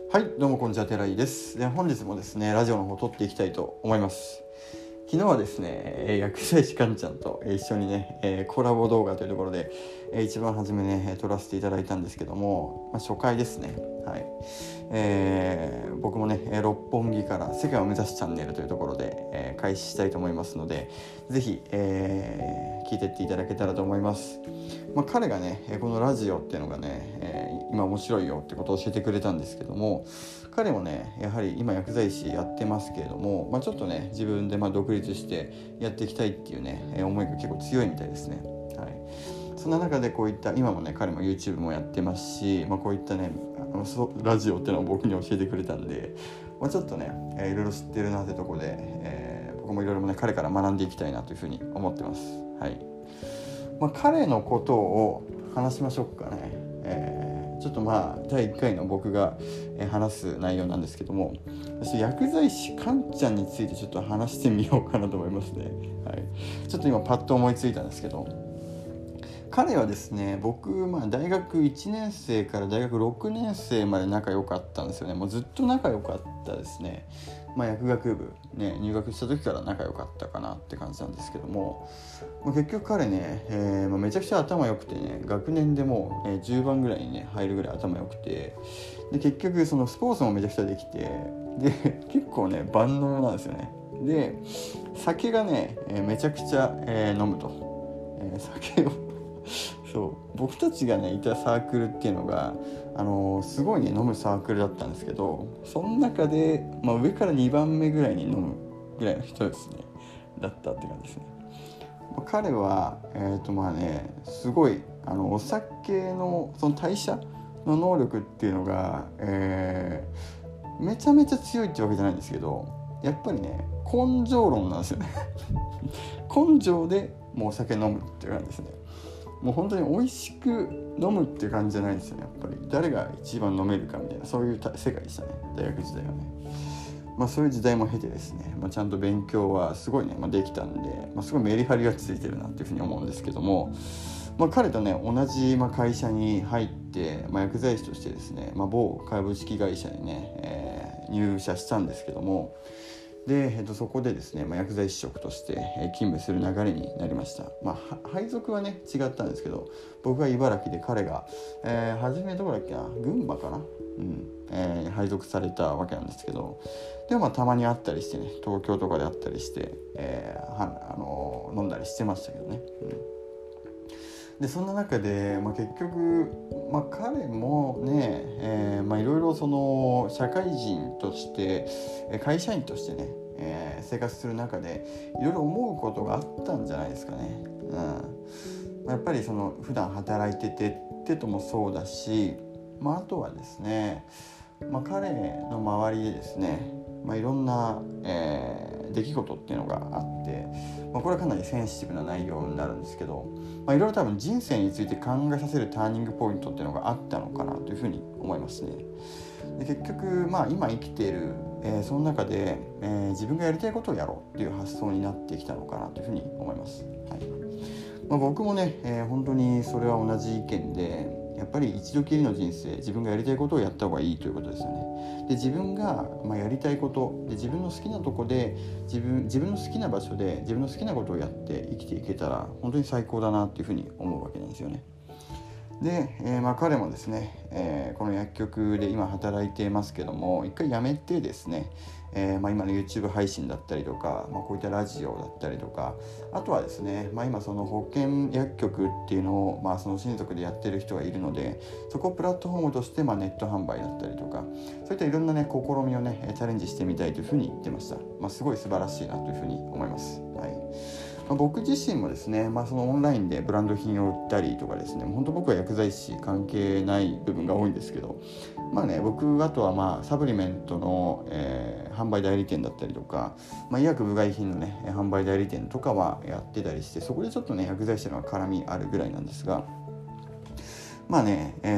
はい、どうもこんにちは、寺井です。で、本日もですね、ラジオの方を撮っていきたいと思います。昨日はですね、薬剤師かんちゃんと一緒にね、コラボ動画というところで、一番初めね、撮らせていただいたんですけども、初回ですね。はい。僕もね、六本木から世界を目指すチャンネルというところで、開始したいと思いますので、ぜひ、聞いてっていただけたらと思います。彼がね、このラジオっていうのがね、今面白いよってことを教えてくれたんですけども、彼もねやはり今薬剤師やってますけれども、ちょっとね自分で独立してやっていきたいっていうね、思いが結構強いみたいですね。はい、そんな中でこういった今もね彼も YouTube もやってますし、こういったねラジオっていうのを僕に教えてくれたんで、ちょっとね、いろいろ知ってるなってとこで、僕もいろいろね彼から学んでいきたいなというふうに思ってます。はい。彼のことを話しましょうかね。ちょっと第1回の僕が話す内容なんですけども、薬剤師かんちゃんについてちょっと話してみようかなと思いますね。はい、ちょっと今パッと思いついたんですけど、彼はですね、僕、大学1年生から大学6年生まで仲良かったんですよね。もうずっと仲良かったですね。薬学部、ね、入学した時から仲良かったかなって感じなんですけども、結局彼ね、めちゃくちゃ頭良くてね、学年でもう、10番ぐらいにね入るぐらい頭良くて、で結局そのスポーツもめちゃくちゃできて、で結構ね万能なんですよね。で酒がね、めちゃくちゃ、飲むと、酒をそう僕たちがねいたサークルっていうのがすごいね飲むサークルだったんですけど、その中で、上から2番目ぐらいに飲むぐらいの人ですねだったって感じですね。彼はすごいお酒のその代謝の能力っていうのが、めちゃめちゃ強いってわけじゃないんですけど、やっぱりね根性論なんですよね根性でもうお酒飲むっていう感じですね。もう本当に美味しく飲むっていう感じじゃないですよね。やっぱり誰が一番飲めるかみたいな、そういう世界でしたね、大学時代はね。そういう時代も経てですね、ちゃんと勉強はすごいね、できたんで、すごいメリハリがついてるなっていうふうに思うんですけども、彼とね同じ会社に入って、薬剤師としてですね、某株式会社にね、入社したんですけども、で、そこでですね、薬剤師職として勤務する流れになりました。配属はね違ったんですけど、僕は茨城で彼が、初めどこだっけな、群馬かな、配属されたわけなんですけど、でもたまに会ったりしてね、東京とかで会ったりして、飲んだりしてましたけどね。でそんな中で、結局、彼もね、いろいろその社会人として会社員としてね、生活する中でいろいろ思うことがあったんじゃないですかね。やっぱりその普段働いててってともそうだし、あとはですね、彼の周りでですね、いろんな、出来事っていうのがあって、これはかなりセンシティブな内容になるんですけど、いろいろ多分人生について考えさせるターニングポイントっていうのがあったのかなというふうに思いますね。で結局、今生きている、その中で、自分がやりたいことをやろうっていう発想になってきたのかなというふうに思います。はい。僕もね、本当にそれは同じ意見で、やっぱり一度きりの人生、自分がやりたいことをやった方がいいということですよね。で自分が、やりたいことで、自分の好きなとこで自分の好きな場所で自分の好きなことをやって生きていけたら本当に最高だなっていうふうに思うわけなんですよね。で、彼もですね、この薬局で今働いていますけども、一回辞めてですね、今の YouTube 配信だったりとか、こういったラジオだったりとか、あとはですね、今その保険薬局っていうのを、その親族でやってる人がいるので、そこをプラットフォームとして、ネット販売だったりとか、そういったいろんなね試みをねチャレンジしてみたいというふうに言ってました。すごい素晴らしいなというふうに思います。はい。僕自身もですね、そのオンラインでブランド品を売ったりとかですね、本当僕は薬剤師関係ない部分が多いんですけど、僕あとはサプリメントの、販売代理店だったりとか、医薬部外品のね販売代理店とかはやってたりして、そこでちょっとね薬剤師の絡みあるぐらいなんですが、い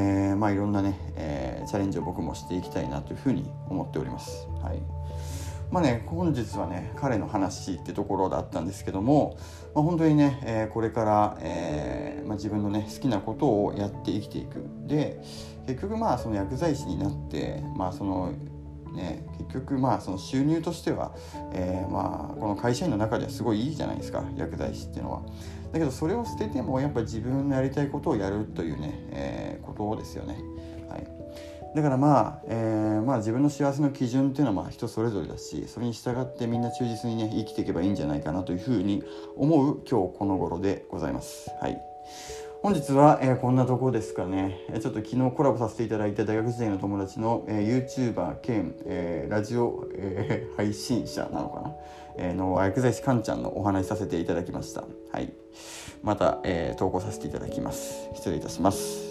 ろんなね、チャレンジを僕もしていきたいなというふうに思っております。はい。 本日はね彼の話ってところだったんですけども、本当にね、これから、自分のね好きなことをやって生きていく。で結局その薬剤師になって結局その収入としては、この会社員の中ではすごいいいじゃないですか、薬剤師っていうのは。だけどそれを捨ててもやっぱり自分のやりたいことをやるというね、ことですよね。はい。だから自分の幸せの基準っていうのは人それぞれだし、それに従ってみんな忠実にね生きていけばいいんじゃないかなというふうに思う今日この頃でございます。はい。本日は、こんなところですかね。ちょっと昨日コラボさせていただいた大学時代の友達の、YouTuber 兼、ラジオ、配信者なのかな、の薬剤師かんちゃんのお話しさせていただきました。はい。また、投稿させていただきます。失礼いたします。